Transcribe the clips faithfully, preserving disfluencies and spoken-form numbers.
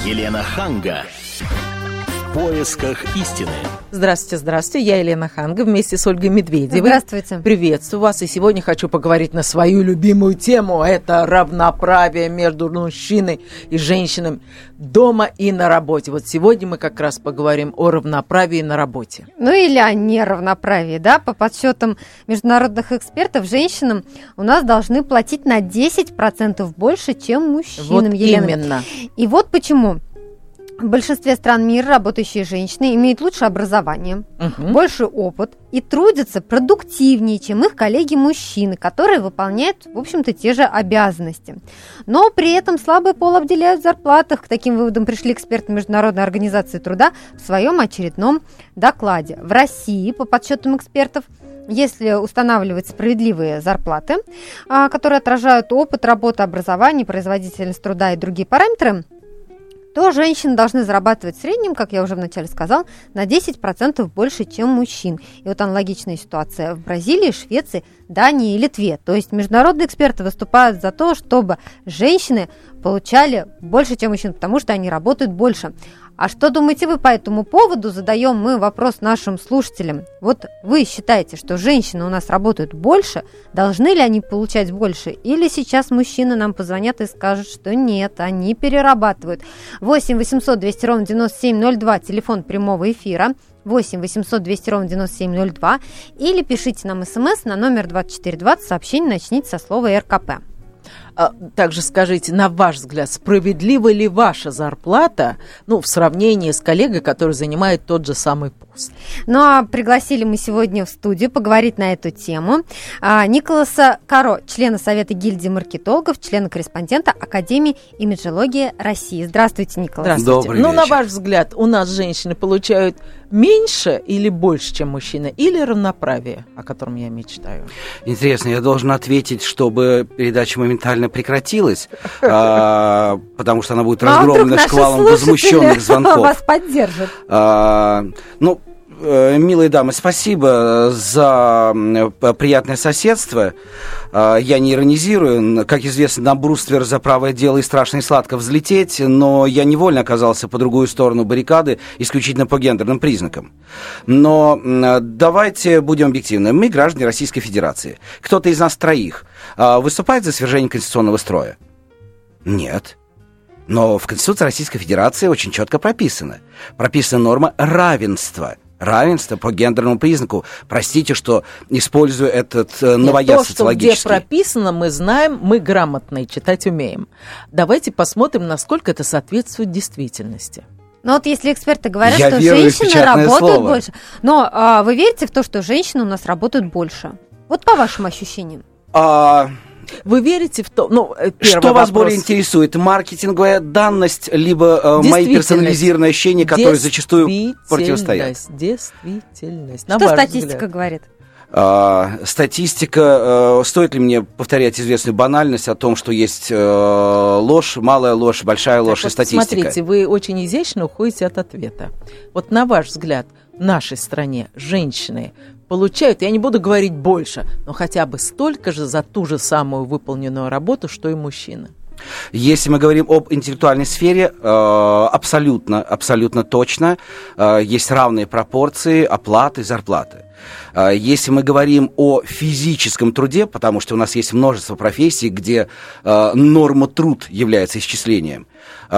Елена Ханга. В поисках истины. Здравствуйте, здравствуйте. Я Елена Ханга вместе с Ольгой Медведевой. Здравствуйте. Приветствую вас. И сегодня хочу поговорить на свою любимую тему. Это равноправие между мужчиной и женщиной дома и на работе. Вот сегодня мы как раз поговорим о равноправии на работе. Ну или о неравноправии, да? По подсчетам международных экспертов, женщинам у нас должны платить на десять процентов больше, чем мужчинам. Вот Елена. именно. И вот почему. В большинстве стран мира работающие женщины имеют лучшее образование, угу. больше опыт и трудятся продуктивнее, чем их коллеги-мужчины, которые выполняют, в общем-то, те же обязанности. Но при этом слабый пол обделяют в зарплатах. К таким выводам пришли эксперты Международной организации труда в своем очередном докладе. В России, по подсчетам экспертов, если устанавливать справедливые зарплаты, которые отражают опыт, работу, образование, производительность труда и другие параметры, то женщины должны зарабатывать в среднем, как я уже вначале сказала, на десять процентов больше, чем мужчин. И вот аналогичная ситуация в Бразилии, Швеции, Дании и Литве. То есть международные эксперты выступают за то, чтобы женщины получали больше, чем мужчин, потому что они работают больше. А что думаете вы по этому поводу? Задаем мы вопрос нашим слушателям. Вот вы считаете, что женщины у нас работают больше? Должны ли они получать больше? Или сейчас мужчины нам позвонят и скажут, что нет, они перерабатывают? восемь восемьсот двести ровно девяносто семь ноль два, телефон прямого эфира. восемь восемьсот двести ровно девяносто семь ноль два. Или пишите нам смс на номер двадцать четыре двадцать. Сообщение начните со слова эр ка пэ. А также скажите, на ваш взгляд, справедлива ли ваша зарплата, ну, в сравнении с коллегой, который занимает тот же самый пост? Ну, а пригласили мы сегодня в студию поговорить на эту тему а, Николаса Каро, члена Совета гильдии маркетологов, члена-корреспондента Академии имиджологии России. Здравствуйте, Николас. Здравствуйте. Добрый ну, вечер. на ваш взгляд, у нас женщины получают меньше или больше, чем мужчины, или равноправие, о котором я мечтаю? Интересно, я должен ответить, чтобы передача моментально прекратилась, а, потому что она будет разгромлена шквалом возмущенных звонков. Вас поддержат. А, ну, милые дамы, спасибо за приятное соседство. Я не иронизирую. Как известно, на бруствер за правое дело и страшно и сладко взлететь, но я невольно оказался по другую сторону баррикады исключительно по гендерным признакам. Но давайте будем объективны. Мы граждане Российской Федерации. Кто-то из нас троих выступает за свержение конституционного строя? Нет. Но в Конституции Российской Федерации очень четко прописано. Прописана норма равенства. Равенство по гендерному признаку. Простите, что использую этот э, новояз социологический. То, что где прописано, мы знаем, мы грамотные, читать умеем. Давайте посмотрим, насколько это соответствует действительности. Но вот если эксперты говорят, Я что женщины работают слово. больше. Но а, вы верите в то, что женщины у нас работают больше? Вот по вашим ощущениям. А... Вы верите в то, ну, что вопрос. вас более интересует, маркетинговая данность, либо э, мои персонализированные ощущения, которые зачастую противостоят? Действительность. Что статистика говорит? А, статистика, э, стоит ли мне повторять известную банальность о том, что есть э, ложь, малая ложь, большая ложь так и вот, статистика? Смотрите, вы очень изящно уходите от ответа. Вот на ваш взгляд, в нашей стране женщины получают, я не буду говорить больше, но хотя бы столько же за ту же самую выполненную работу, что и мужчины. Если мы говорим об интеллектуальной сфере, э, абсолютно, абсолютно точно э, есть равные пропорции оплаты, зарплаты. Э, если мы говорим о физическом труде, потому что у нас есть множество профессий, где э, норма труд является исчислением,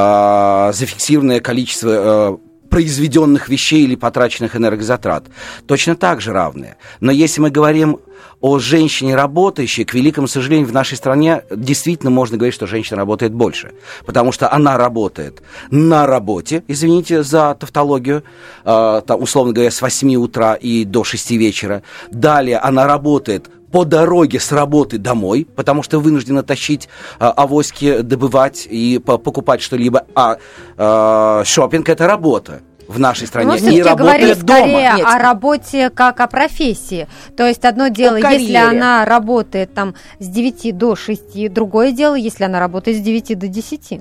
э, зафиксированное количество э, произведенных вещей или потраченных энергозатрат, точно так же равные. Но если мы говорим о женщине работающей, к великому сожалению, в нашей стране действительно можно говорить, что женщина работает больше, потому что она работает на работе, извините за тавтологию, э, там, условно говоря, с восьми утра и до шести вечера. Далее она работает по дороге с работы домой, потому что вынуждена тащить а, авоськи, добывать и по- покупать что-либо. А, а шопинг – это работа в нашей стране. Мы все-таки говорим скорее Нет. о работе как о профессии. То есть одно дело, если она работает там с девяти до шести, другое дело, если она работает с девяти до десяти.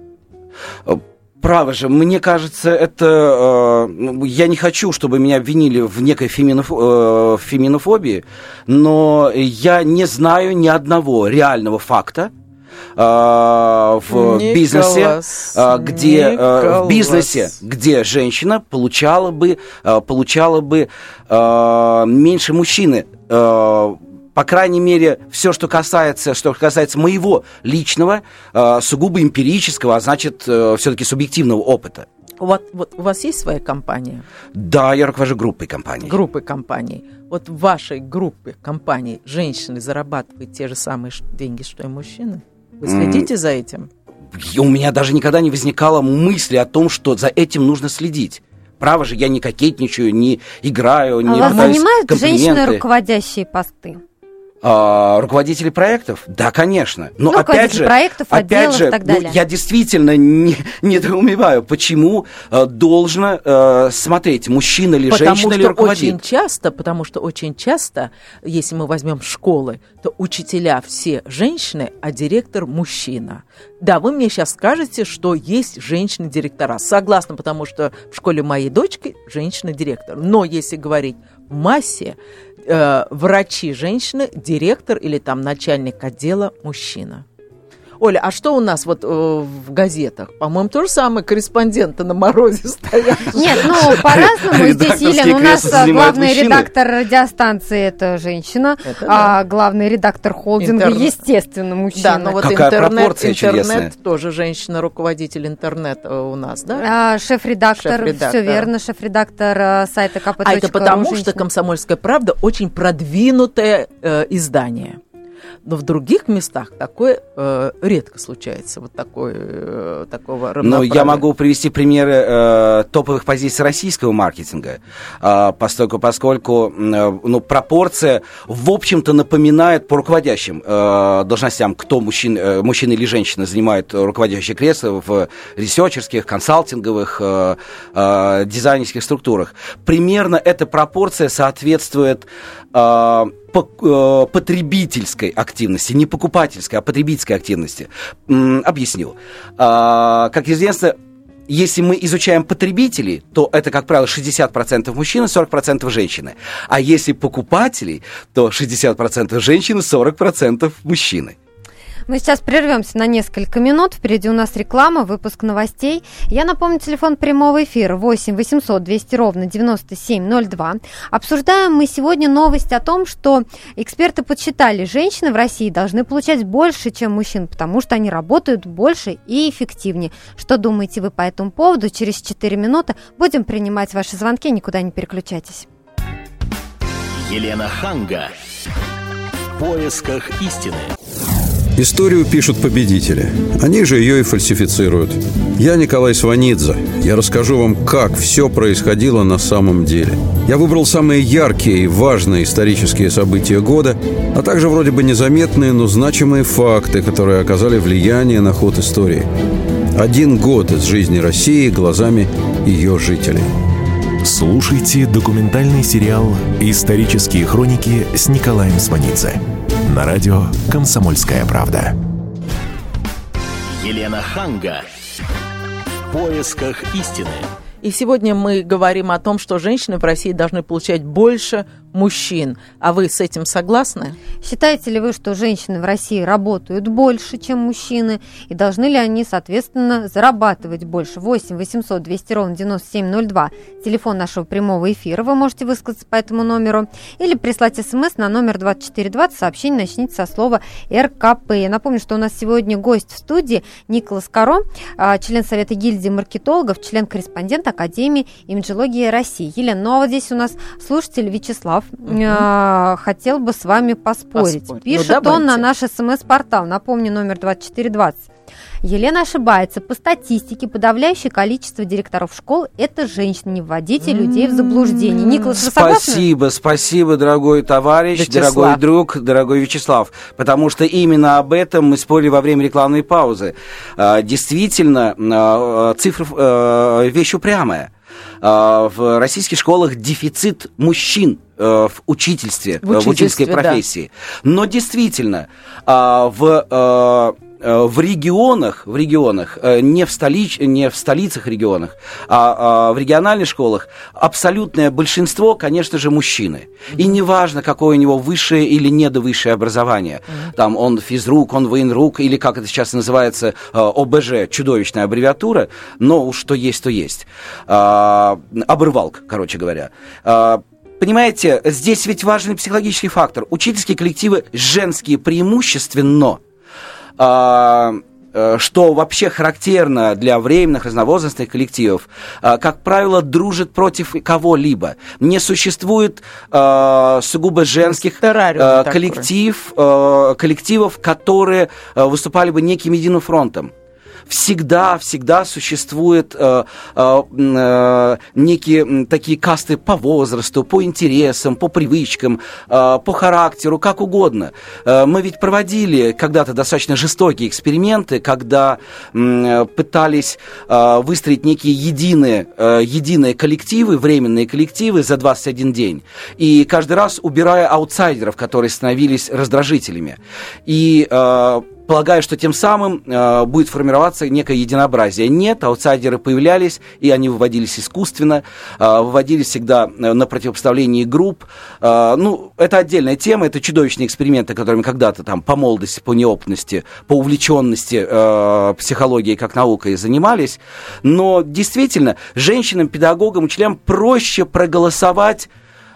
Право же, мне кажется, это... Э, я не хочу, чтобы меня обвинили в некой феминоф, э, феминофобии, но я не знаю ни одного реального факта, э, в Николас, бизнесе, э, где э, в бизнесе, где женщина получала бы, э, получала бы э, меньше мужчины. Э, По крайней мере, все, что касается, что касается моего личного, э, сугубо эмпирического, а значит, э, все-таки субъективного опыта. Вот, вот у вас есть своя компания? Да, я руковожу группой компаний. Группой компаний. Вот в вашей группе компаний женщины зарабатывают те же самые деньги, что и мужчины? Вы следите mm. за этим? У меня даже никогда не возникало мысли о том, что за этим нужно следить. Право же, я не кокетничаю, не играю, а не вас занимают комплименты. Женщины руководящие посты? А, руководители проектов? Да, конечно. Но ну, опять же, проектов, опять же, и так далее. Ну, я действительно не, недоумеваю, почему э, должно э, смотреть, мужчина ли, потому женщина что ли руководит. Очень часто, потому что очень часто, если мы возьмем школы, то учителя все женщины, а директор мужчина. Да, вы мне сейчас скажете, что есть женщины-директора. Согласна, потому что в школе моей дочки женщина-директор. Но если говорить в массе, э, врачи женщины, директор или там начальник отдела мужчина. Оля, а что у нас вот э, в газетах? По-моему, то же самое, корреспонденты на морозе стоят. Нет, ну, по-разному. Здесь, Елена, у нас главный редактор радиостанции – это женщина, а главный редактор холдинга, естественно, мужчина. Да, но вот интернет, интернет тоже женщина-руководитель интернета у нас, да? Шеф-редактор, все верно, шеф-редактор сайта ка пэ точка ру. А это потому, что «Комсомольская правда» очень продвинутое э, но в других местах такое э, редко случается, вот такое, э, такого равноправия. Ну, я могу привести примеры э, топовых позиций российского маркетинга, э, поскольку, поскольку э, ну, пропорция, в общем-то, напоминает по руководящим э, должностям, кто мужчин, э, мужчина или женщина занимает руководящее кресло в ресерчерских, консалтинговых, э, э, дизайнерских структурах. Примерно эта пропорция соответствует э, потребительской активности, не покупательской, а потребительской активности. Объясню. Как известно, если мы изучаем потребителей, то это, как правило, шестьдесят процентов мужчины, сорок процентов женщины. А если покупателей, то шестьдесят процентов женщины, сорок процентов мужчины. Мы сейчас прервемся на несколько минут. Впереди у нас реклама, выпуск новостей. Я напомню, телефон прямого эфира восемь восемьсот двести ровно девяносто семь ноль два. Обсуждаем мы сегодня новость о том, что эксперты подсчитали, женщины в России должны получать больше, чем мужчин, потому что они работают больше и эффективнее. Что думаете вы по этому поводу? Через четыре минуты будем принимать ваши звонки. Никуда не переключайтесь. Елена Ханга. В поисках истины. Историю пишут победители. Они же ее и фальсифицируют. Я Николай Сванидзе. Я расскажу вам, как все происходило на самом деле. Я выбрал самые яркие и важные исторические события года, а также вроде бы незаметные, но значимые факты, которые оказали влияние на ход истории. Один год из жизни России глазами ее жителей. Слушайте документальный сериал «Исторические хроники» с Николаем Сванидзе. На радио «Комсомольская правда». Елена Ханга. В поисках истины. И сегодня мы говорим о том, что женщины в России должны получать больше мужчин. А вы с этим согласны? Считаете ли вы, что женщины в России работают больше, чем мужчины? И должны ли они, соответственно, зарабатывать больше? восемь восемьсот двести ровно девяносто семь ноль два. Телефон нашего прямого эфира. Вы можете высказаться по этому номеру. Или прислать смс на номер двадцать четыре двадцать. Сообщение начните со слова эр ка пэ. Я напомню, что у нас сегодня гость в студии Николас Каро, член Совета гильдии маркетологов, член-корреспондент Академии имиджологии России. Елена, ну а вот здесь у нас слушатель Вячеслав uh-huh. хотел бы с вами поспорить. Поспорь. Пишет ну, он на наш смс-портал. Напомню, номер двадцать четыре двадцать. Елена ошибается. По статистике, подавляющее количество директоров школ – это женщины. Не вводите людей в заблуждение. Николас, вы согласны? Спасибо, спасибо, дорогой товарищ, Вячеслав. Дорогой друг, дорогой Вячеслав. Потому что именно об этом мы спорили во время рекламной паузы. Действительно, цифра вещь упрямая. В российских школах дефицит мужчин в учительстве, в, учительстве, в учительской профессии. Да. Но действительно, в в регионах, в регионах, не в, столиц, не в столицах регионах, а в региональных школах абсолютное большинство, конечно же, мужчины. И неважно, какое у него высшее или недовысшее образование. Там он физрук, он военрук, или как это сейчас называется, о бэ жэ, чудовищная аббревиатура, но уж что есть, то есть. Обрывалка, короче говоря. Понимаете, здесь ведь важный психологический фактор. Учительские коллективы женские преимущественно, что вообще характерно для временных разновозрастных коллективов, как правило, дружит против кого-либо. Не существует э, сугубо женских э, коллектив, э, коллективов, которые выступали бы неким единым фронтом. Всегда, всегда существуют э, э, э, некие такие касты по возрасту, по интересам, по привычкам, э, по характеру, как угодно. Э, мы ведь проводили когда-то достаточно жестокие эксперименты, когда э, пытались э, выстроить некие единые, э, единые коллективы, временные коллективы за двадцать один день. И каждый раз убирая аутсайдеров, которые становились раздражителями. И э, полагаю, что тем самым э, будет формироваться некое единообразие. Нет, аутсайдеры появлялись, и они выводились искусственно, э, выводились всегда на противопоставлении групп. Э, ну, это отдельная тема, это чудовищные эксперименты, которыми когда-то там по молодости, по неопытности, по увлеченности э, психологией как наукой занимались. Но действительно, женщинам, педагогам, учителям проще проголосовать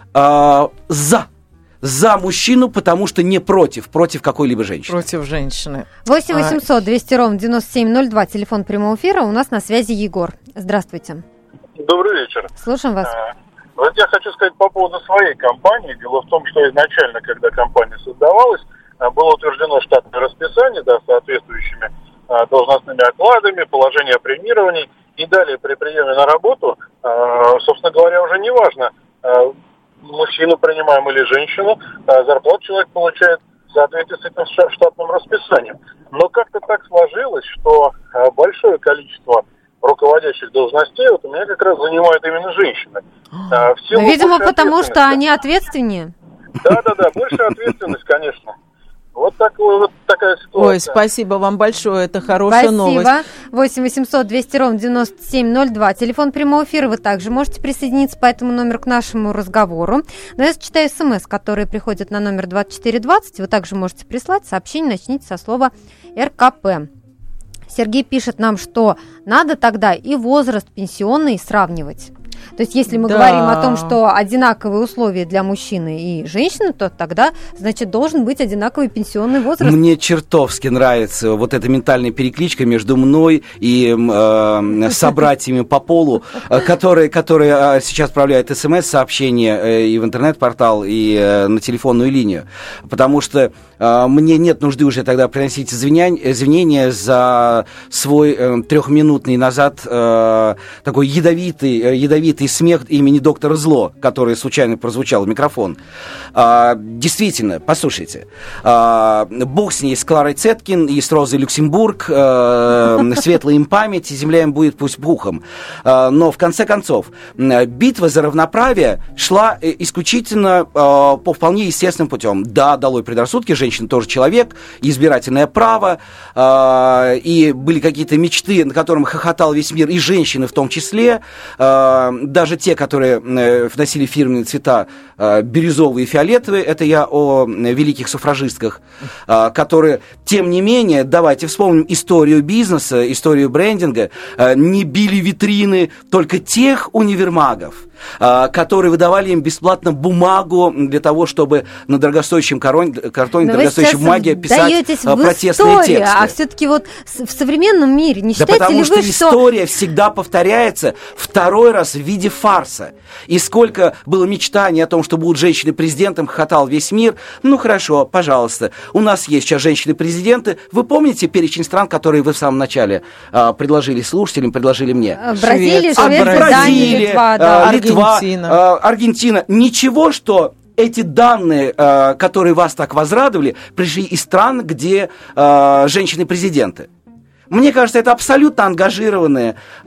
э, за. За мужчину, потому что не против, против какой-либо женщины. Против женщины. восемь восемьсот двести ровно девяносто семь ноль два, телефон прямого эфира. У нас на связи Егор. Здравствуйте. Добрый вечер. Слушаем вас. А, вот я хочу сказать по поводу своей компании. Дело в том, что изначально, когда компания создавалась, было утверждено штатное расписание, да, с соответствующими а, должностными окладами, положение о премировании. И далее при приеме на работу, а, собственно говоря, уже не важно, а, мужчину принимаем или женщину, зарплату человек получает в соответствии с этим штатным расписанием. Но как-то так сложилось, что большое количество руководящих должностей вот у меня как раз занимают именно женщины. Ну, видимо, потому что они ответственнее. Да-да-да, большая ответственность, конечно. Вот, такой, вот такая ситуация. Ой, спасибо вам большое, это хорошая спасибо. новость. восемь восемьсот двести ровно девяносто семь ноль два. Телефон прямого эфира, вы также можете присоединиться по этому номеру к нашему разговору. Но я зачитаю смс, которые приходят на номер двадцать четыре двадцать. Вы также можете прислать сообщение, начните со слова эр ка пэ. Сергей пишет нам, что надо тогда и возраст пенсионный сравнивать. То есть, если мы да. говорим о том, что одинаковые условия для мужчины и женщины, то тогда, значит, должен быть одинаковый пенсионный возраст. Мне чертовски нравится вот эта ментальная перекличка между мной и э, собратьями по полу, которые, которые сейчас отправляют смс-сообщения и в интернет-портал, и на телефонную линию. Потому что э, мне нет нужды уже тогда приносить извиня- извинения за свой э, трехминутный назад э, такой ядовитый, ядовитый смех имени доктора Зло, который случайно прозвучал в микрофон. А, действительно, послушайте, а, бог с ней, с Кларой Цеткин и с Розой Люксембург, а, светлая им память, и земля им будет пусть пухом. А, но в конце концов, битва за равноправие шла исключительно а, по вполне естественным путем. Да, долой предрассудки, женщина тоже человек, избирательное право, а, и были какие-то мечты, на которых хохотал весь мир, и женщины в том числе, а, даже те, которые э, носили фирменные цвета э, бирюзовые и фиолетовые, это я о э, великих суфражистках, э, которые, тем не менее, давайте вспомним историю бизнеса, историю брендинга, э, не били витрины только тех универмагов, э, которые выдавали им бесплатно бумагу для того, чтобы на дорогостоящем картоне, картоне дорогостоящей бумаге писать э, протестные историю, тексты. А все-таки вот в современном мире не да считаете потому ли что вы, история что... всегда повторяется второй раз в виде фарса. И сколько было мечтаний о том, что будут женщины-президентом, хохотал весь мир. Ну, хорошо, пожалуйста. У нас есть сейчас женщины-президенты. Вы помните перечень стран, которые вы в самом начале а, предложили слушателям, предложили мне? Бразилия, Швеция, Швеция, Бразилия, Литва, да. а, Литва, Аргентина. А, Аргентина. Ничего, что... Эти данные, э, которые вас так возрадовали, пришли из стран, где э, женщины-президенты. Мне кажется, это абсолютно ангажированные э,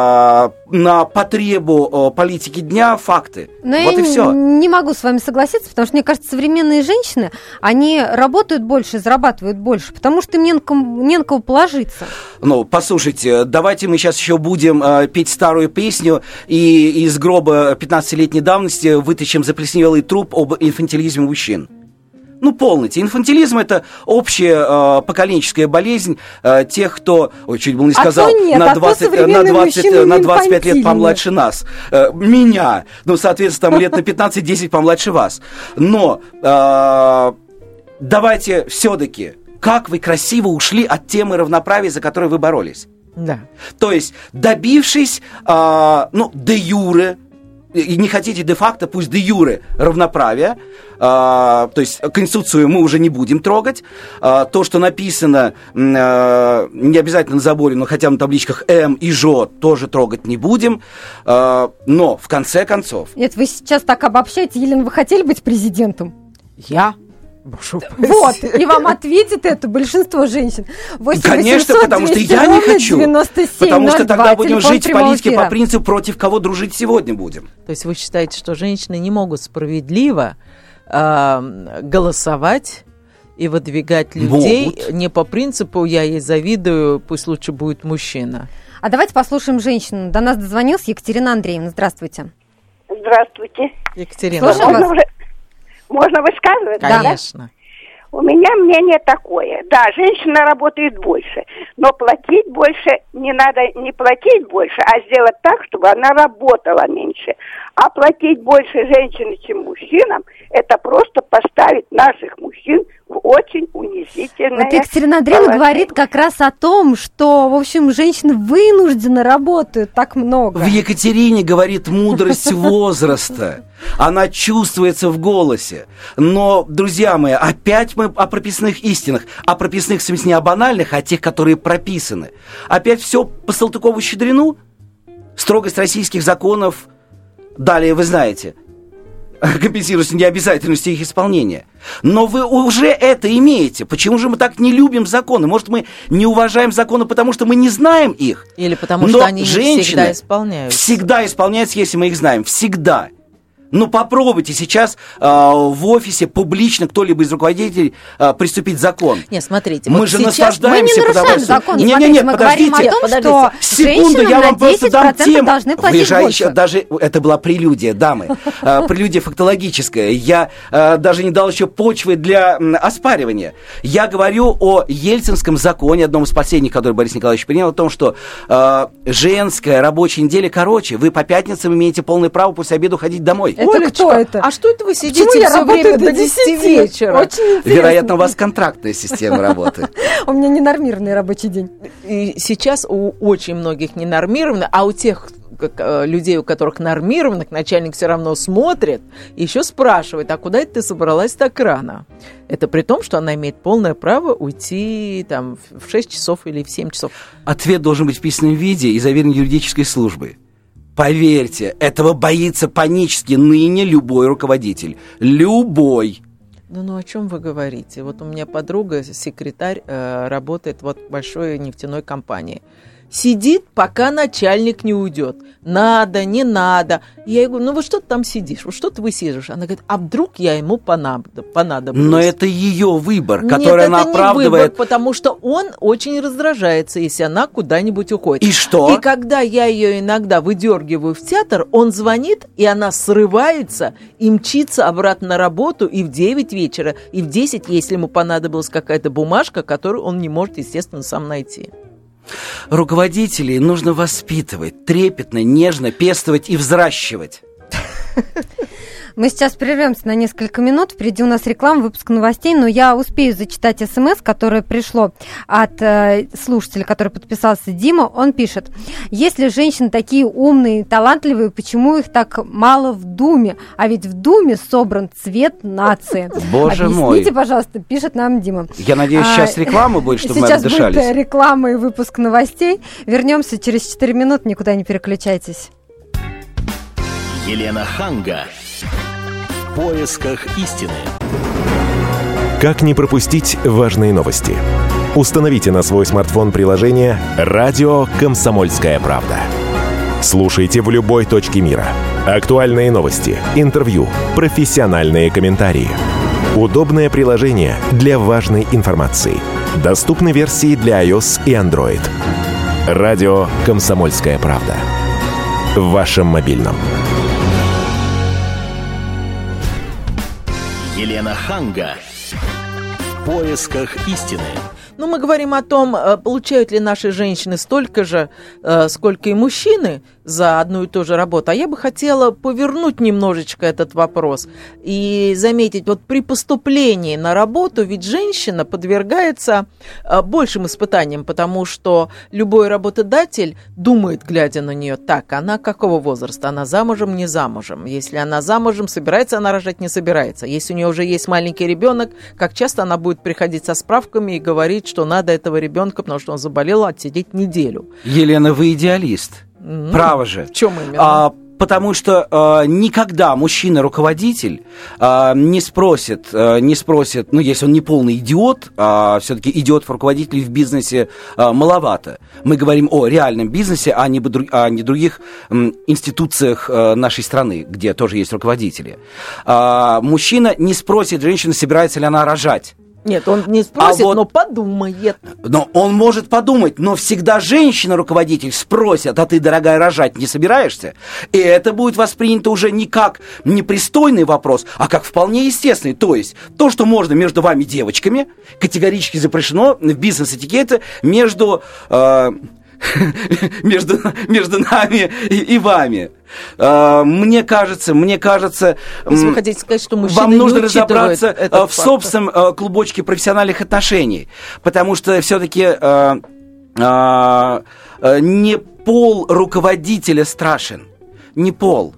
на потребу э, политики дня факты. Но вот я и все. Не могу с вами согласиться, потому что, мне кажется, современные женщины, они работают больше, зарабатывают больше, потому что им не на кого, не на кого положиться. Ну, послушайте, давайте мы сейчас еще будем э, петь старую песню и из гроба пятнадцатилетней давности вытащим заплесневелый труп об инфантилизме мужчин. Ну, полноте. Инфантилизм – это общая э, поколенческая болезнь э, тех, кто, ой, чуть было не сказал, а нет, на, а двадцать, на, двадцать, на двадцать пять лет помладше нас. Э, меня. Ну, соответственно, там лет на пятнадцать-десять помладше вас. Но э, давайте все-таки, как вы красиво ушли от темы равноправия, за которой вы боролись. Да. То есть, добившись, э, ну, де юре, и не хотите де-факто, пусть де-юре равноправия, э, то есть Конституцию мы уже не будем трогать, э, то, что написано э, не обязательно на заборе, но хотя бы на табличках М и Ж тоже трогать не будем, э, но в конце концов... Нет, вы сейчас так обобщаете, Елена, вы хотели быть президентом? Я? Вот, и вам ответит это большинство женщин. Конечно, потому что я не хочу. Потому что тогда будем жить в политике по принципу «против кого дружить сегодня будем». То есть вы считаете, что женщины не могут справедливо э, голосовать и выдвигать людей могут. Не по принципу «я ей завидую, пусть лучше будет мужчина». А давайте послушаем женщину. До нас дозвонилась Екатерина Андреевна. Здравствуйте. Здравствуйте. Екатерина. Можно, уже... Можно высказывать? Конечно. Да? У меня мнение такое. Да, женщина работает больше, но платить больше не надо не платить больше, а сделать так, чтобы она работала меньше. А платить больше женщинам, чем мужчинам, это просто поставить наших мужчин в очень унизительное Вот Екатерина Андреевна говорит как раз о том, что, в общем, женщины вынужденно работают так много. В Екатерине говорит мудрость возраста. Она чувствуется в голосе. Но, друзья мои, опять мы о прописных истинах. О прописных, в смысле, не о банальных, а о тех, которые прописаны. Опять все по Салтыкову-Щедрину? Строгость российских законов. Далее, вы знаете, компенсируется необязательностью их исполнения. Но вы уже это имеете. Почему же мы так не любим законы? Может, мы не уважаем законы, потому что мы не знаем их? Или потому что они не всегда исполняются? Всегда исполняются, если мы их знаем. Всегда. Ну, попробуйте сейчас э, в офисе публично кто-либо из руководителей э, приступить закон. Нет, смотрите. Мы вот же наслаждаемся. Мы не нарушаем закон. Не, не, не, мы подождите. говорим о том, подождите. что Секунду, я вам просто дам тему. Должны платить больше. Даже, это была прелюдия, дамы. э, прелюдия фактологическая. Я э, даже не дал еще почвы для э, оспаривания. Я говорю о Ельцинском законе, одном из последних, который Борис Николаевич принял, о том, что э, женская рабочая неделя короче. Вы по пятницам имеете полное право после обеда ходить домой. Это Олечка, кто это? А что это вы сидите Почему я все время до до десяти вечера? Очень Вероятно, у вас контрактная система работы. У меня ненормированный рабочий день. И сейчас у очень многих ненормированно, а у тех как, людей, у которых нормированных, начальник все равно смотрит и еще спрашивает, а куда это ты собралась так рано? Это при том, что она имеет полное право уйти там, в шесть часов или в семь часов. Ответ должен быть в письменном виде и заверен юридической службой. Поверьте, этого боится панически ныне любой руководитель. Любой. Ну, ну о чем вы говорите? Вот у меня подруга, секретарь, э, работает вот в большой нефтяной компании. Сидит, пока начальник не уйдет. Надо, не надо. Я ей говорю, ну вот что ты там сидишь? Вот что ты вы сидишь? Она говорит, а вдруг я ему понадоблюсь? Но это ее выбор, который Нет, она это оправдывает. Не выбор, потому что он очень раздражается, если она куда-нибудь уходит. И что? И когда я ее иногда выдергиваю в театр, он звонит, и она срывается и мчится обратно на работу и в девять вечера, и в десять, если ему понадобилась какая-то бумажка, которую он не может, естественно, сам найти. Руководителей нужно воспитывать, трепетно, нежно пестовать и взращивать. Мы сейчас прервемся на несколько минут. Впереди у нас реклама, выпуск новостей, но я успею зачитать смс, которое пришло от э, слушателя, который подписался Дима. Он пишет: если женщины такие умные и талантливые, почему их так мало в Думе? А ведь в Думе собран цвет нации. Боже Объясните, мой. Объясните, пожалуйста, пишет нам Дима. Я надеюсь, сейчас а, реклама будет, чтобы мы отдышались. Сейчас будет реклама и выпуск новостей. Вернемся через четыре минуты, никуда не переключайтесь. Елена Ханга. В поисках истины. Как не пропустить важные новости? Установите на свой смартфон приложение «Радио Комсомольская правда». Слушайте в любой точке мира. Актуальные новости, интервью, профессиональные комментарии. Удобное приложение для важной информации. Доступны версии для iOS и Android. «Радио Комсомольская правда». В вашем мобильном. Елена Ханга. В поисках истины. Ну, мы говорим о том, получают ли наши женщины столько же, сколько и мужчины за одну и ту же работу. А я бы хотела повернуть немножечко этот вопрос и заметить, вот при поступлении на работу ведь женщина подвергается большим испытаниям, потому что любой работодатель думает, глядя на нее, так, она какого возраста? Она замужем, не замужем? Если она замужем, собирается она рожать, не собирается? Если у нее уже есть маленький ребенок, как часто она будет приходить со справками и говорить, что надо этого ребенка, потому что он заболел, отсидеть неделю. Елена, вы идеалист. Mm-hmm. Право же. В чем именно? А, потому что а, никогда мужчина-руководитель а, не спросит, а, не спросит, ну, если он не полный идиот, а все-таки идиотов-руководителей в бизнесе а, маловато. Мы говорим о реальном бизнесе, а не, а не других м, институциях а, нашей страны, где тоже есть руководители. А, мужчина не спросит женщину, собирается ли она рожать. Нет, он не спросит, а вот, но подумает. Но он может подумать, но всегда женщина-руководитель спросит, а ты, дорогая, рожать не собираешься? И это будет воспринято уже не как непристойный вопрос, а как вполне естественный. То есть, то, что можно между вами, девочками, категорически запрещено в бизнес-этикете между... Э, между, между нами и, и вами. Uh, мне кажется, мне кажется, вы хотите сказать, что вам нужно разобраться uh, в собственном uh, клубочке профессиональных отношений, потому что все-таки uh, uh, uh, не пол руководителя страшен, не пол,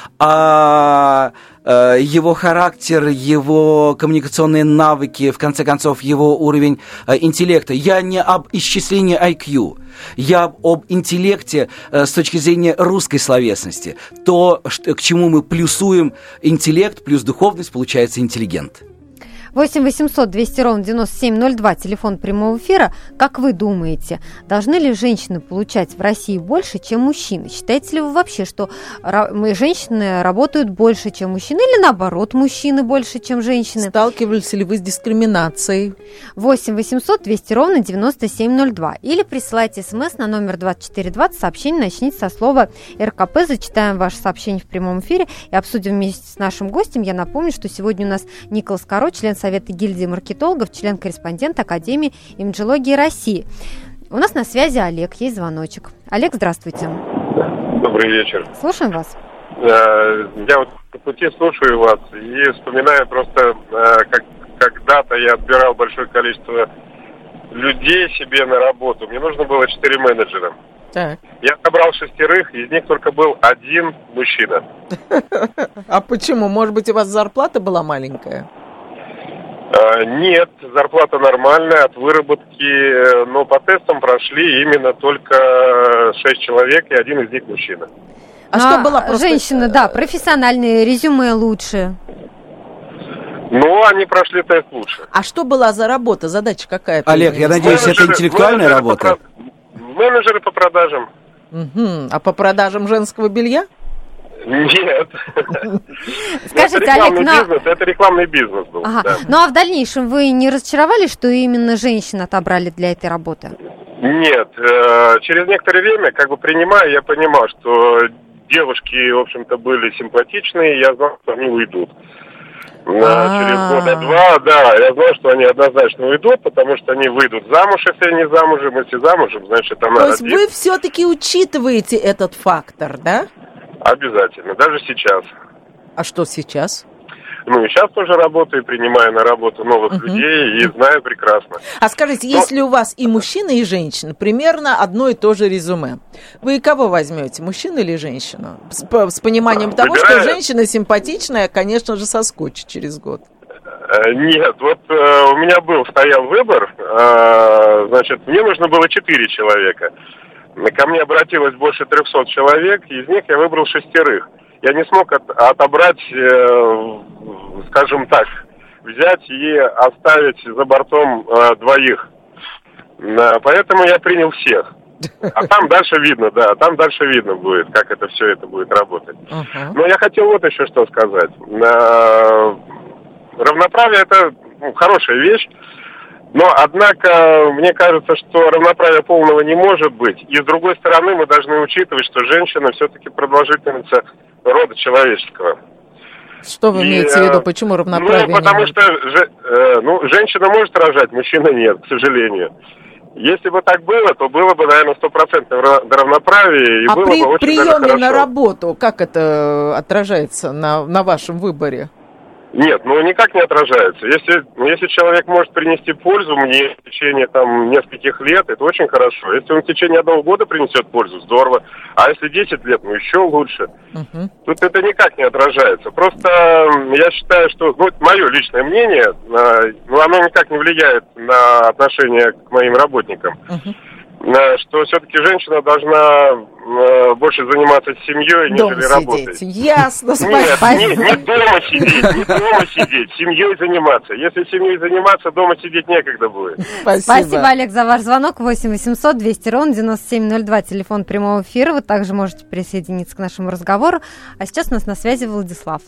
а uh, его характер, его коммуникационные навыки, в конце концов, его уровень uh, интеллекта. Я не об исчислении ай кью. Я об интеллекте э, с точки зрения русской словесности. То, что, к чему мы плюсуем интеллект плюс духовность, получается интеллигент. восемь восемьсот двести ровно девяносто семь ноль два, телефон прямого эфира. Как вы думаете, должны ли женщины получать в России больше, чем мужчины? Считаете ли вы вообще, что мы, женщины, работают больше, чем мужчины, или наоборот, мужчины больше, чем женщины? Сталкивались ли вы с дискриминацией? восемь восемьсот двести ровно девяносто семь ноль два. Или присылайте смс на номер двадцать четыре двадцать. Сообщение начните со слова эр ка пэ. Зачитаем ваше сообщение в прямом эфире и обсудим вместе с нашим гостем. Я напомню, что сегодня у нас Николас Каро, член Совета гильдии маркетологов, член-корреспондент Академии имиджологии России. У нас на связи Олег, есть звоночек. Олег, здравствуйте. Добрый вечер. Слушаем вас. Я вот по пути слушаю вас и вспоминаю просто, как когда-то я отбирал большое количество людей себе на работу. Мне нужно было четыре менеджера. Так. Я набрал шестерых, из них только был один мужчина. А почему? Может быть, у вас зарплата была маленькая? Нет, зарплата нормальная, от выработки, но по тестам прошли именно только шесть человек, и один из них мужчина. А, а что было просто... Женщины, да, профессиональные, резюме лучше. Ну, они прошли тест лучше. А что была за работа, задача какая? Олег, я надеюсь, менеджеры, это интеллектуальная менеджеры работа? По, менеджеры по продажам. Угу. А по продажам женского белья? Нет. Скажите, это Олег, на... бизнес, это рекламный бизнес был. Ага. Да. Ну а в дальнейшем вы не разочаровались, что именно женщин отобрали для этой работы? Нет. Э, через некоторое время, как бы принимая, я понимал, что девушки, в общем-то, были симпатичные, я знал, что они уйдут. На, через года два, да, я знал, что они однозначно уйдут, потому что они выйдут замуж, если они замужем, если замужем, значит, она То есть родит. вы все-таки учитываете этот фактор, да? Обязательно, даже сейчас. А что сейчас? Ну, и сейчас тоже работаю, принимаю на работу новых uh-huh. людей и знаю прекрасно. А скажите, Но... если у вас и мужчина, и женщина, примерно одно и то же резюме, вы кого возьмете, мужчину или женщину? С, с пониманием того, Выбираю... что женщина симпатичная, конечно же, соскочит через год. Нет, вот э, у меня был, стоял выбор, э, значит, мне нужно было четыре человека. Ко мне обратилось больше трехсот человек, из них я выбрал шестерых. Я не смог от, отобрать, э, скажем так, взять и оставить за бортом э, двоих. Да, поэтому я принял всех. А там дальше видно, да, там дальше видно будет, как это все это будет работать. Uh-huh. Но я хотел вот еще что сказать. Равноправие – это ну, хорошая вещь, но, однако, мне кажется, что равноправия полного не может быть. И, с другой стороны, мы должны учитывать, что женщина все-таки продолжительница рода человеческого. Что вы и, имеете в виду? Почему равноправие? Ну, потому что же, ну, женщина может рожать, мужчина нет, к сожалению. Если бы так было, то было бы, наверное, стопроцентное равноправие, и а было при бы очень приеме даже хорошо. на работу, как это отражается на, на вашем выборе? Нет, ну никак не отражается. Если, ну, если человек может принести пользу мне в течение там нескольких лет, это очень хорошо. Если он в течение одного года принесет пользу, здорово. А если десять лет, ну еще лучше. Uh-huh. Тут это никак не отражается. Просто я считаю, что, ну, это мое личное мнение, но оно никак не влияет на отношение к моим работникам. Uh-huh. Что все-таки женщина должна э, больше заниматься семьей, дома нежели работать. Ясно, Нет, не, не дома сидеть, не дома сидеть, семьей заниматься. Если семьей заниматься, дома сидеть некогда будет. Спасибо. Спасибо, Олег, за ваш звонок. восемь восемьсот двести ровно девяносто семь ноль два, телефон прямого эфира. Вы также можете присоединиться к нашему разговору. А сейчас у нас на связи Владислав.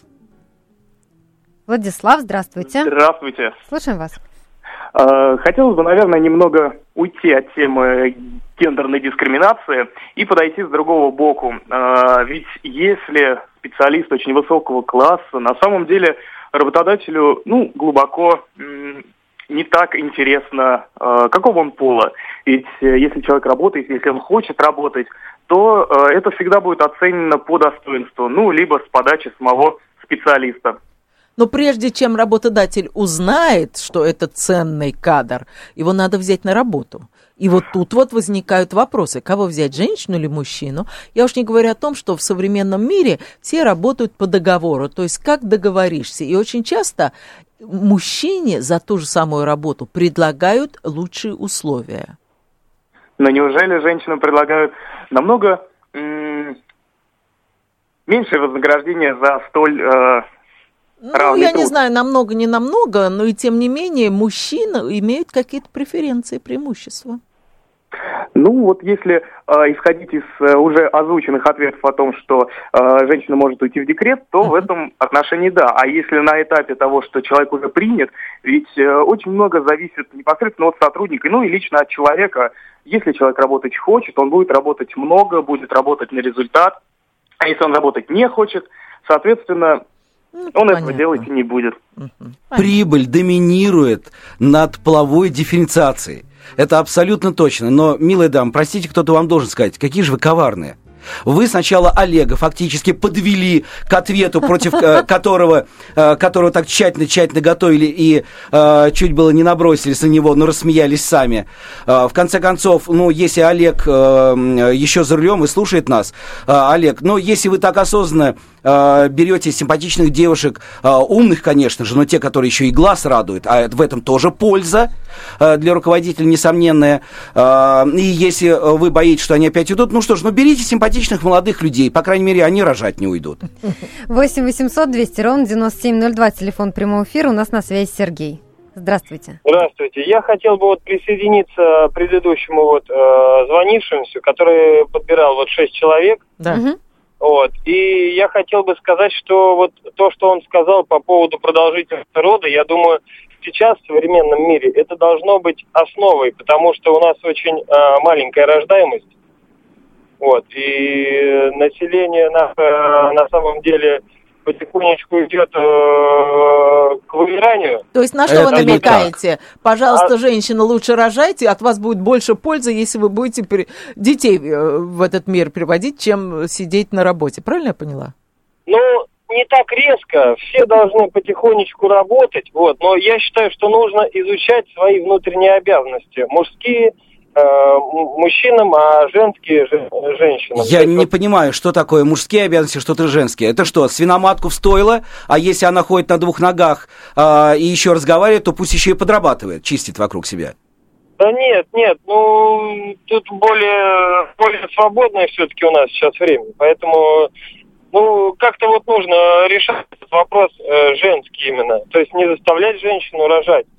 Владислав, здравствуйте. Здравствуйте. Слушаем вас. Хотелось бы, наверное, немного уйти от темы гендерной дискриминации и подойти с другого боку. Ведь если специалист очень высокого класса, на самом деле работодателю, ну, глубоко не так интересно, какого он пола. Ведь если человек работает, если он хочет работать, то это всегда будет оценено по достоинству, ну, либо с подачи самого специалиста. Но прежде чем работодатель узнает, что это ценный кадр, его надо взять на работу. И вот тут вот возникают вопросы, кого взять, женщину или мужчину. Я уж не говорю о том, что в современном мире все работают по договору, то есть как договоришься. И очень часто мужчине за ту же самую работу предлагают лучшие условия. Но неужели женщинам предлагают намного м- меньшее вознаграждение за столь... Э- Ну, я труд. не знаю, намного, не намного, но и тем не менее мужчины имеют какие-то преференции, преимущества. Ну, вот если э, исходить из э, уже озвученных ответов о том, что э, женщина может уйти в декрет, то uh-huh. в этом отношении да. А если на этапе того, что человек уже принят, ведь э, очень много зависит непосредственно от сотрудника, ну и лично от человека. Если человек работать хочет, он будет работать много, будет работать на результат. А если он работать не хочет, соответственно... Ну, он понятно. Этого делать и не будет. Прибыль доминирует над половой дифференциацией. Это абсолютно точно. Но, милая дама, простите, кто-то вам должен сказать, какие же вы коварные. Вы сначала Олега фактически подвели к ответу, против э, которого, э, которого так тщательно-тщательно готовили и э, чуть было не набросились на него, но рассмеялись сами. Э, в конце концов, ну, если Олег э, еще за рулем и слушает нас, э, Олег, ну, если вы так осознанно э, берете симпатичных девушек, э, умных, конечно же, но те, которые еще и глаз радуют, а в этом тоже польза э, для руководителя несомненная. Э, и если вы боитесь, что они опять уйдут, ну что ж, ну, берите симпатичных молодых людей, по крайней мере, они рожать не уйдут. восемь восемьсот двести ровно девяносто семь ноль два, телефон прямого эфира, у нас на связи Сергей. Здравствуйте. Здравствуйте. Я хотел бы вот присоединиться к предыдущему вот э, звонившемуся, который подбирал вот шесть человек. Да. Угу. Вот. И я хотел бы сказать, что вот то, что он сказал по поводу продолжительности рода, я думаю, сейчас в современном мире это должно быть основой, потому что у нас очень э, маленькая рождаемость. Вот, и население на, на самом деле потихонечку идет э, к вымиранию. То есть на что это вы намекаете? Пожалуйста, а... женщины, лучше рожайте, от вас будет больше пользы, если вы будете при... детей в этот мир приводить, чем сидеть на работе. Правильно я поняла? Ну, не так резко. Все должны потихонечку работать. Вот, но я считаю, что нужно изучать свои внутренние обязанности. Мужские, мужчинам, а женские женщинам. Я не понимаю, что такое мужские обязанности, что-то женские. Это что, свиноматку в стойло, а если она ходит на двух ногах а, и еще разговаривает, то пусть еще и подрабатывает, чистит вокруг себя? Да нет, нет, ну, тут более, более свободное все-таки у нас сейчас время, поэтому, ну, как-то вот нужно решать этот вопрос э, женский именно, то есть не заставлять женщину рожать.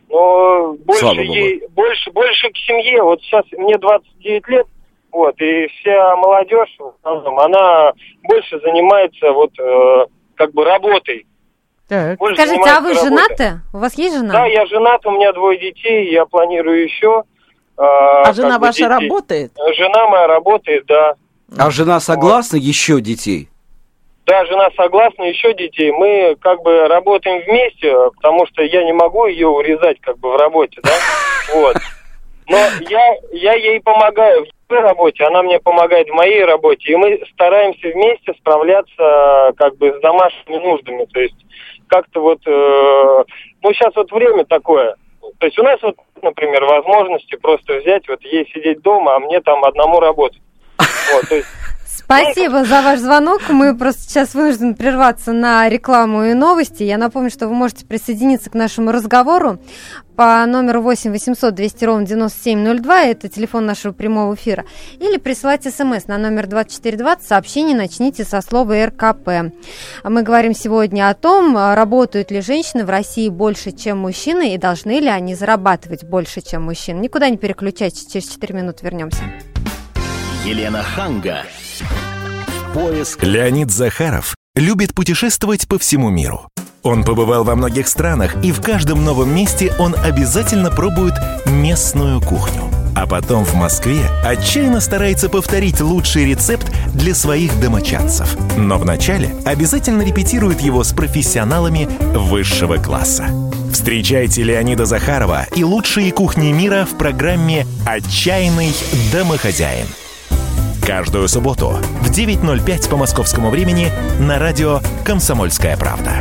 но больше ей, больше, больше к семье. Вот сейчас мне двадцать девять лет, вот, и вся молодежь, в основном, она больше занимается вот э, как бы работой. Так. Скажите, а вы работой. Женаты? У вас есть жена? Да, я женат, у меня двое детей, я планирую еще. Э, а жена ваша детей. Работает? Жена моя работает, да. А жена согласна вот. Еще детей? Да, жена согласна, еще детей. Мы как бы работаем вместе, потому что я не могу ее урезать как бы в работе, да, вот. Но я, я ей помогаю в своей работе, она мне помогает в моей работе, и мы стараемся вместе справляться как бы с домашними нуждами, то есть как-то вот, э, ну сейчас вот время такое, то есть у нас вот, например, возможности просто взять, вот ей сидеть дома, а мне там одному работать, вот, то есть... Спасибо за ваш звонок. Мы просто сейчас вынуждены прерваться на рекламу и новости. Я напомню, что вы можете присоединиться к нашему разговору по номеру восемь восемьсот двести ровно девяносто семь ноль два. Это телефон нашего прямого эфира. Или присылать смс на номер двадцать четыре двадцать. Сообщение начните со слова эр ка пэ. Мы говорим сегодня о том, работают ли женщины в России больше, чем мужчины, и должны ли они зарабатывать больше, чем мужчины. Никуда не переключайтесь. Через четыре минуты вернемся. Елена Ханга. Поиск. Леонид Захаров любит путешествовать по всему миру. Он побывал во многих странах, и в каждом новом месте он обязательно пробует местную кухню. А потом в Москве отчаянно старается повторить лучший рецепт для своих домочадцев. Но вначале обязательно репетирует его с профессионалами высшего класса. Встречайте Леонида Захарова и лучшие кухни мира в программе «Отчаянный домохозяин». Каждую субботу в девять ноль пять по московскому времени на радио «Комсомольская правда».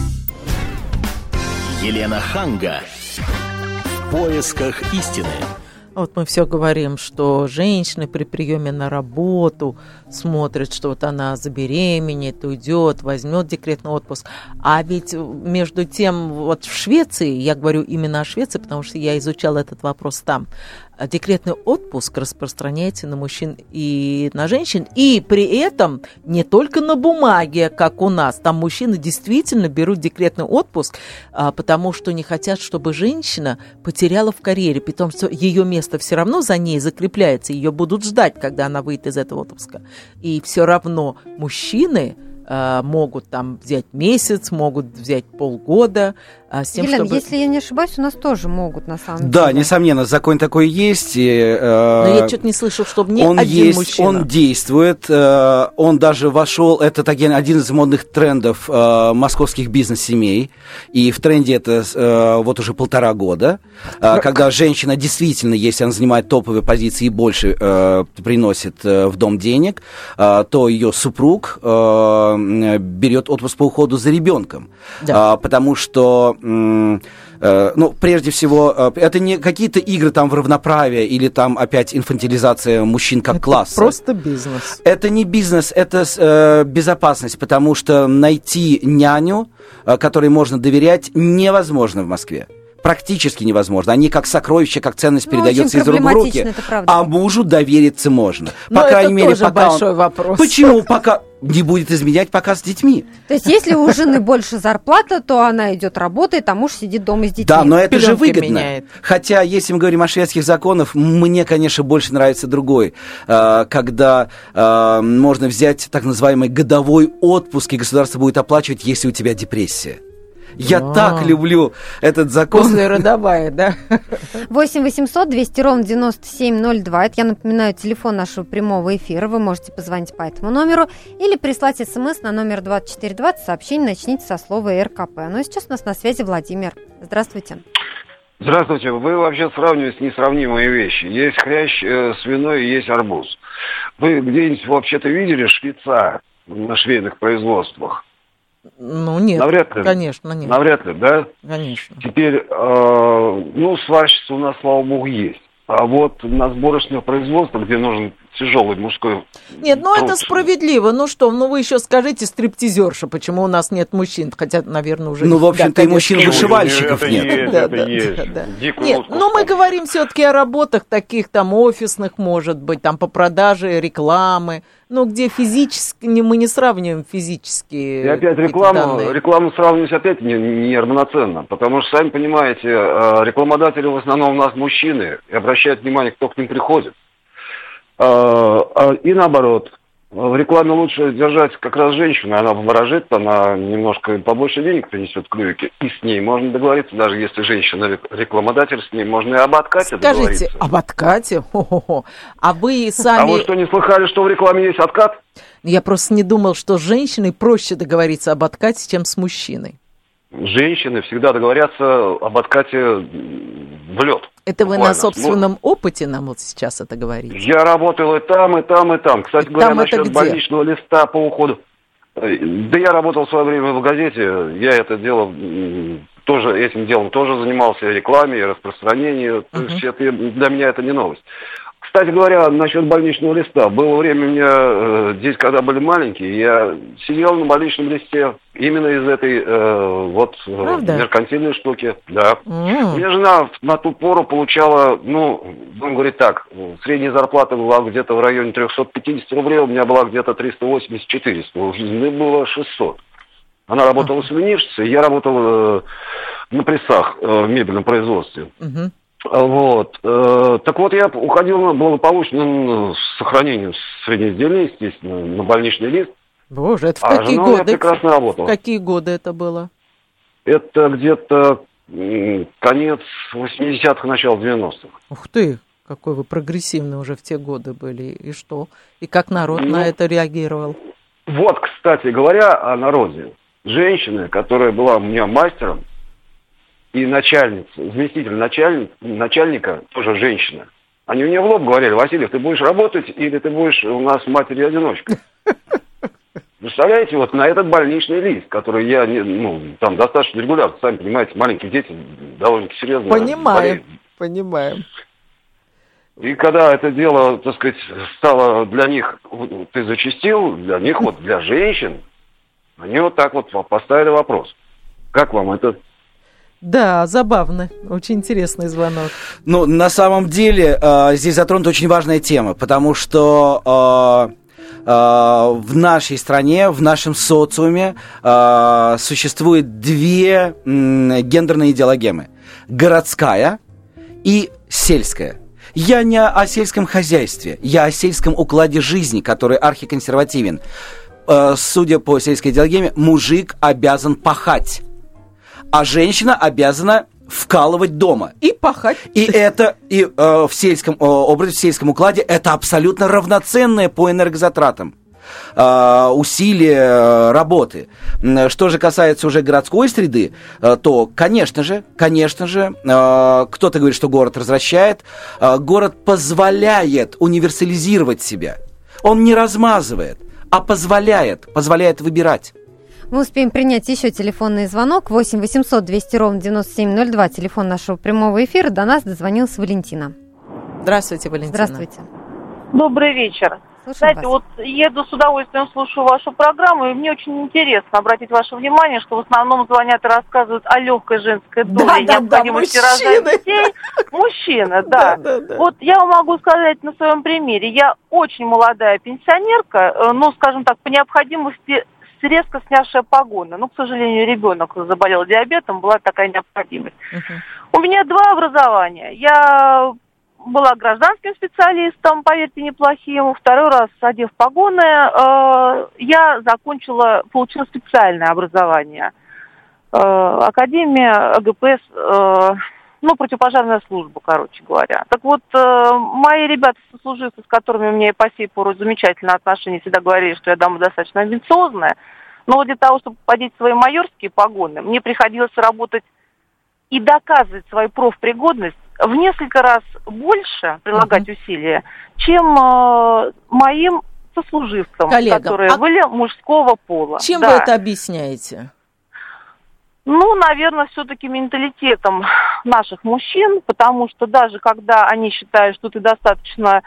Елена Ханга. В поисках истины. Вот мы все говорим, что женщины при приеме на работу смотрят, что вот она забеременеет, уйдет, возьмет декретный отпуск. А ведь между тем, вот в Швеции, я говорю именно о Швеции, потому что я изучала этот вопрос там, декретный отпуск распространяется на мужчин и на женщин, и при этом не только на бумаге, как у нас. Там мужчины действительно берут декретный отпуск, потому что не хотят, чтобы женщина потеряла в карьере, при том, что ее место все равно за ней закрепляется, ее будут ждать, когда она выйдет из этого отпуска. И все равно мужчины э, могут там взять месяц, могут взять полгода. А с тем, Елена, чтобы... если я не ошибаюсь, у нас тоже могут, на самом деле. Да, несомненно, закон такой есть. И, э, Но я что-то не слышал, чтобы ни он один есть, мужчина... Он действует, э, он даже вошел, это один, один из модных трендов э, московских бизнес-семей, и в тренде это э, вот уже полтора года, э, когда женщина действительно, если она занимает топовые позиции и больше э, приносит э, в дом денег, э, то ее супруг э, берет отпуск по уходу за ребенком, да. э, потому что ну, прежде всего, это не какие-то игры там в равноправие или там опять инфантилизация мужчин как это класса. Просто бизнес. Это не бизнес, это э, безопасность, потому что найти няню, э, которой можно доверять, невозможно в Москве. Практически невозможно. Они как сокровище, как ценность ну, передается из рук в руки. А мужу довериться можно. Но По это крайней мере, тоже пока большой он... вопрос. Почему? Пока не будет изменять, пока с детьми. То есть, если у жены больше зарплата, то она идет работает, а муж сидит дома с детьми. Да, но это Пеленки же выгодно. Меняет. Хотя, если мы говорим о шведских законах, мне, конечно, больше нравится другой. Когда можно взять так называемый годовой отпуск, и государство будет оплачивать, если у тебя депрессия. Я А-а-а. так люблю этот закон. Послеродовая, да? восемь восемьсот двести ровно девяносто семь ноль два. Это, я напоминаю, телефон нашего прямого эфира. Вы можете позвонить по этому номеру или прислать смс на номер двадцать четыре двадцать. Сообщение начните со слова эр ка пэ. Ну и сейчас у нас на связи Владимир. Здравствуйте. Здравствуйте. Вы вообще сравниваете несравнимые вещи. Есть хрящ э, свиной и есть арбуз. Вы где-нибудь вообще-то видели швейца на швейных производствах? Ну, нет, навряд ли, конечно, нет. Навряд ли, да? Конечно. Теперь, э, ну, сварщица у нас, слава богу, есть. А вот на сборочных производствах, где нужен тяжелый мужской Нет, ну труд. это справедливо. Ну что, ну вы еще скажите стриптизерша, почему у нас нет мужчин. Хотя, наверное, уже... Ну, в общем-то, да, и мужчин-вышивальщиков это нет. Есть, Да, это да, есть. да, да. Дикую Нет, утку ну мы вспомнил. говорим все-таки о работах таких там офисных, может быть, там по продаже рекламы, ну где физически, не, мы не сравниваем физически. И опять рекламу, рекламу сравнивать опять не, не равноценно, потому что, сами понимаете, рекламодатели в основном у нас мужчины, и обращают внимание, кто к ним приходит. И наоборот, в рекламе лучше держать как раз женщину, она ворожит, она немножко побольше денег принесет к клювике, и с ней можно договориться, даже если женщина рекламодатель, с ней можно и об откате договориться. Скажите, об откате? Хо-хо-хо. А вы сами... А вы что, не слыхали, что в рекламе есть откат? Я просто не думал, что с женщиной проще договориться об откате, чем с мужчиной. Женщины всегда договорятся об откате в лед. Это вы Буквально. на собственном опыте нам вот сейчас это говорите? Я работал и там, и там, и там. Кстати И говоря, там это насчет где? больничного листа по уходу. Да я работал в свое время в газете. Я это дело м, тоже, этим делом тоже занимался, и рекламе, и распространению. То есть это, для меня это не новость. Кстати говоря, насчет больничного листа. Было время у меня, э, здесь, когда были маленькие, я сидел на больничном листе именно из этой э, вот э, меркантильной штуки. Да. Mm. У меня жена на ту пору получала, ну, будем говорить так, средняя зарплата была где-то в районе триста пятьдесят рублей, у меня была где-то триста восемьдесят - четыреста, у жены было шестьсот. Она работала свинильщицей, я работал э, на прессах э, в мебельном производстве. Mm-hmm. Вот. Э, так вот, я уходил на благополучно ну, с сохранением среднеиздельной, естественно, на больничный лист. Боже, это в а какие жена годы? Я прекрасно работала. В какие годы это было? Это где-то м, конец восьмидесятых, начало девяностых. Ух ты, какой вы прогрессивный уже в те годы были. И что? И как народ Ну, на это реагировал? Вот, кстати говоря, о народе. Женщина, которая была у меня мастером, и начальница, заместитель начальник, начальника, тоже женщина. Они мне в лоб говорили: Васильев, ты будешь работать или ты будешь у нас матерью-одиночкой? Представляете, вот на этот больничный лист, который я, не, ну, там достаточно регулярно, сами понимаете, маленькие дети довольно серьезно Понимаем, болеют. понимаем. И когда это дело, так сказать, стало для них, ты зачастил, для них, вот для женщин, они вот так вот поставили вопрос. Как вам это? Да, забавно. Очень интересный звонок. Ну, на самом деле, э, здесь затронута очень важная тема, потому что э, э, в нашей стране, в нашем социуме э, существует две э, гендерные идеологемы. Городская и сельская. Я не о сельском хозяйстве, я о сельском укладе жизни, который архиконсервативен. Э, судя по сельской идеологеме, мужик обязан пахать, а женщина обязана вкалывать дома. И пахать. И это и, э, в сельском э, образе, в сельском укладе это абсолютно равноценное по энергозатратам э, усилия э, работы. Что же касается уже городской среды, э, то, конечно же, конечно же, э, кто-то говорит, что город развращает, э, город позволяет универсализировать себя. Он не размазывает, а позволяет, позволяет выбирать. Мы успеем принять еще телефонный звонок. восемь восемьсот двести ровно девяносто семь ноль два, телефон нашего прямого эфира. До нас дозвонилась Валентина. Здравствуйте, Валентина. Здравствуйте. Добрый вечер. Слушаем Знаете, вас. вот еду с удовольствием, слушаю вашу программу, и мне очень интересно обратить ваше внимание, что в основном звонят и рассказывают о легкой женской доле, Да, и да, необходимости да, рожать мужчины. детей. Мужчина, да. Да, да, да. Вот я вам могу сказать на своем примере. Я очень молодая пенсионерка, э, ну, скажем так, по необходимости резко снявшая погоны. Ну, к сожалению, ребенок заболел диабетом, была такая необходимость. Uh-huh. У меня два образования. Я была гражданским специалистом, поверьте, неплохим. Второй раз, одев погоны, э, я закончила, получила специальное образование. Э, Академия АГПС, э, ну, противопожарная служба, короче говоря. Так вот, э, мои ребята-сослуживцы, с которыми у меня и по сей пору замечательные отношения, всегда говорили, что я дама достаточно амбициозная. Но вот для того, чтобы поднять свои майорские погоны, мне приходилось работать и доказывать свою профпригодность в несколько раз больше, прилагать uh-huh. усилия, чем э, моим сослуживцам, коллегам, которые а были мужского пола. Чем да. вы это объясняете? Ну, наверное, все-таки менталитетом наших мужчин, потому что даже когда они считают, что ты достаточно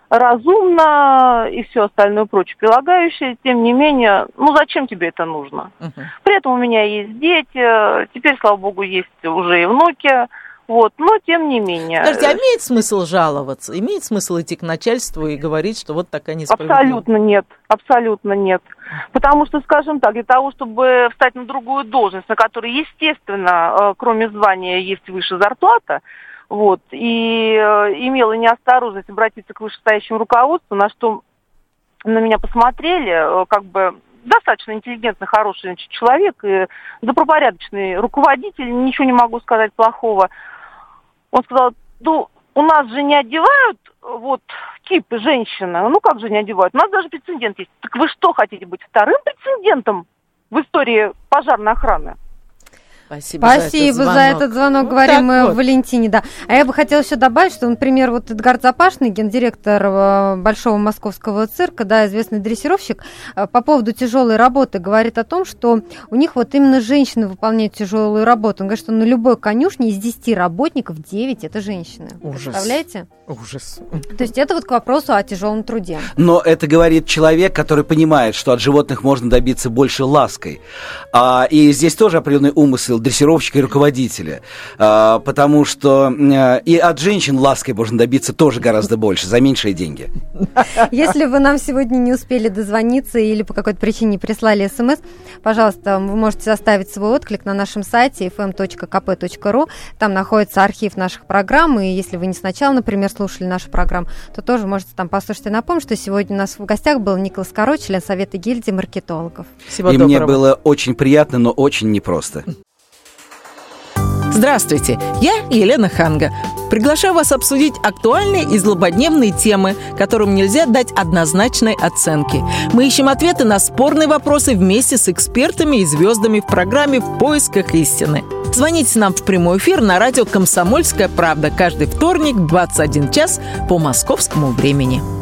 разумно и все остальное прочее прилагающее. Тем не менее, ну зачем тебе это нужно? Uh-huh. При этом у меня есть дети, теперь, слава богу, есть уже и внуки. Вот, но тем не менее. Скажите, а имеет смысл жаловаться? Имеет смысл идти к начальству и говорить, что вот такая несправедливость? Абсолютно нет, абсолютно нет. Потому что, скажем так, для того, чтобы встать на другую должность, на которой, естественно, кроме звания есть выше зарплата, вот, и имела неосторожность обратиться к вышестоящему руководству, на что на меня посмотрели, как бы достаточно интеллигентный, хороший человек, и добропорядочный руководитель, ничего не могу сказать плохого. Он сказал, ну, у нас же не одевают вот кипы женщины. Ну, как же не одевают? У нас даже прецедент есть. Так вы что, хотите быть вторым прецедентом в истории пожарной охраны? Спасибо, Спасибо за этот звонок, за этот звонок вот говорим мы вот. Валентине, да. А я бы хотела еще добавить, что, например, вот Эдгард Запашный, гендиректор Большого московского цирка, да, известный дрессировщик, по поводу тяжелой работы говорит о том, что у них вот именно женщины выполняют тяжелую работу. Он говорит, что на любой конюшне из десяти работников девять это женщины. Ужас. Представляете? Ужас. То есть это вот к вопросу о тяжелом труде. Но это говорит человек, который понимает, что от животных можно добиться больше лаской. А, и здесь тоже определенный умысел дрессировщика и руководителя, а, потому что а, и от женщин лаской можно добиться тоже гораздо больше, за меньшие деньги. Если вы нам сегодня не успели дозвониться или по какой-то причине прислали смс, пожалуйста, вы можете оставить свой отклик на нашем сайте эф эм точка ка пэ точка ру, там находится архив наших программ, и если вы не сначала, например, слушали нашу программу, то тоже можете там послушать. И напомню, что сегодня у нас в гостях был Николас Король, член Совета гильдии маркетологов. Всего и доброго. Мне было очень приятно, но очень непросто. Здравствуйте, я Елена Ханга. Приглашаю вас обсудить актуальные и злободневные темы, которым нельзя дать однозначной оценки. Мы ищем ответы на спорные вопросы вместе с экспертами и звездами в программе «В поисках истины». Звоните нам в прямой эфир на радио «Комсомольская правда» каждый вторник в двадцать один час по московскому времени.